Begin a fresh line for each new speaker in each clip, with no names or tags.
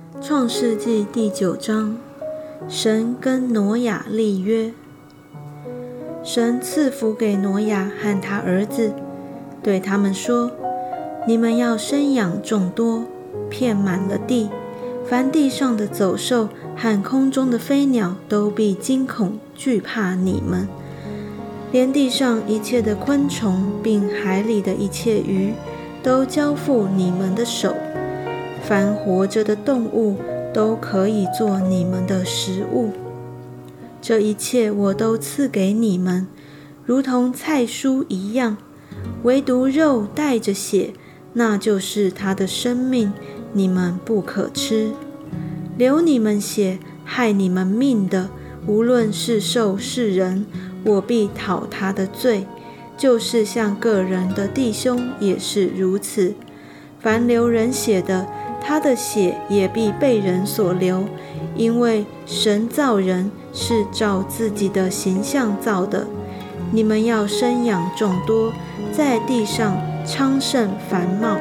创世纪第9章，神跟挪亚立约。神赐福给挪亚和他儿子，对他们说：你们要生养众多，遍满了地，凡地上的走兽和空中的飞鸟都必惊恐惧怕你们，连地上一切的昆虫并海里的一切鱼都交付你们的手，凡活着的动物都可以做你们的食物。这一切我都赐给你们，如同菜蔬一样，唯独肉带着血，那就是他的生命，你们不可吃。流你们血害你们命的，无论是兽是人，我必讨他的罪，就是像个人的弟兄也是如此。凡流人血的，他的血也必被人所流，因为神造人是照自己的形象造的。你们要生养众多，在地上昌盛繁茂。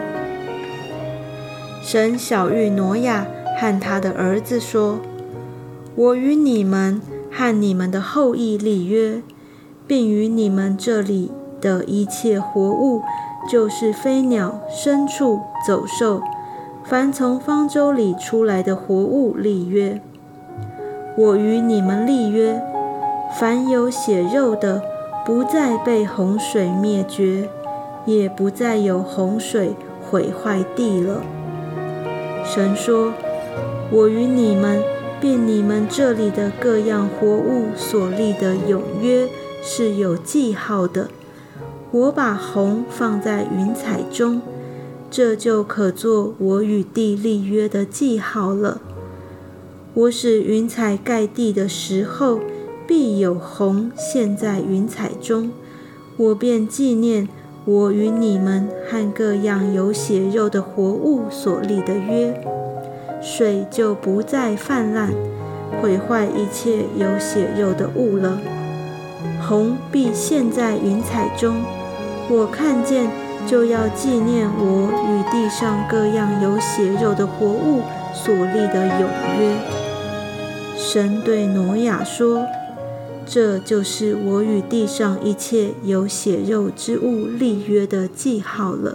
神晓谕挪亚和他的儿子说：我与你们和你们的后裔立约，并与你们这里的一切活物，就是飞鸟、牲畜、走兽，凡从方舟里出来的活物立约。我与你们立约，凡有血肉的，不再被洪水灭绝，也不再有洪水毁坏地了。神说：我与你们并你们这里的各样活物所立的永约是有记号的。我把虹放在云彩中，这就可做我与地立约的记号了。我使云彩盖地的时候，必有虹现在云彩中，我便纪念我与你们和各样有血肉的活物所立的约。水就不再泛滥，毁坏一切有血肉的物了。虹必现在云彩中，我看见就要纪念我与地上各样有血肉的活物所立的永约。神对挪亚说：这就是我与地上一切有血肉之物立约的记号了。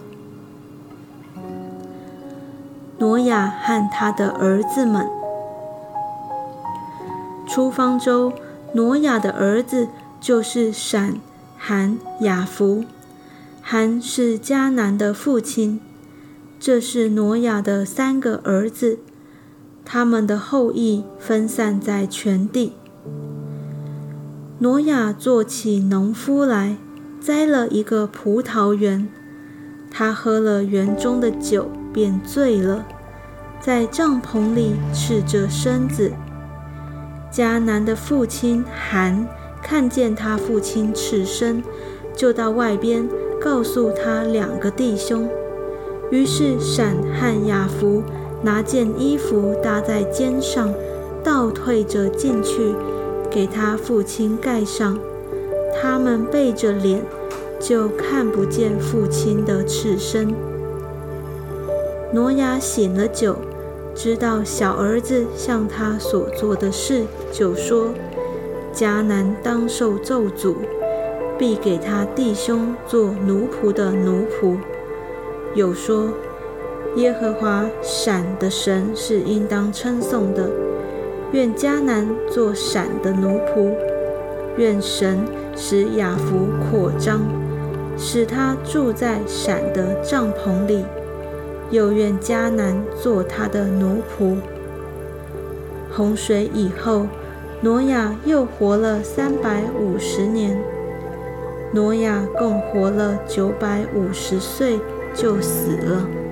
挪亚和他的儿子们出方舟，挪亚的儿子就是闪、含、雅弗。含是迦南的父亲，这是挪亚的3个儿子，他们的后裔分散在全地。挪亚做起农夫来，栽了一个葡萄园，他喝了园中的酒，便醉了，在帐篷里赤着身子。迦南的父亲含看见他父亲赤身，就到外边告诉他2个弟兄。于是闪和雅弗拿件衣服搭在肩上，倒退着进去，给他父亲盖上。他们背着脸，就看不见父亲的赤身。挪亚醒了酒，知道小儿子向他所做的事，就说：迦南当受咒诅，必给他弟兄做奴仆的奴仆。又说：耶和华闪的神是应当称颂的，愿迦南做闪的奴仆，愿神使雅弗扩张，使他住在闪的帐篷里，又愿迦南做他的奴仆。洪水以后，挪亚又活了350年。挪亚共活了950岁，就死了。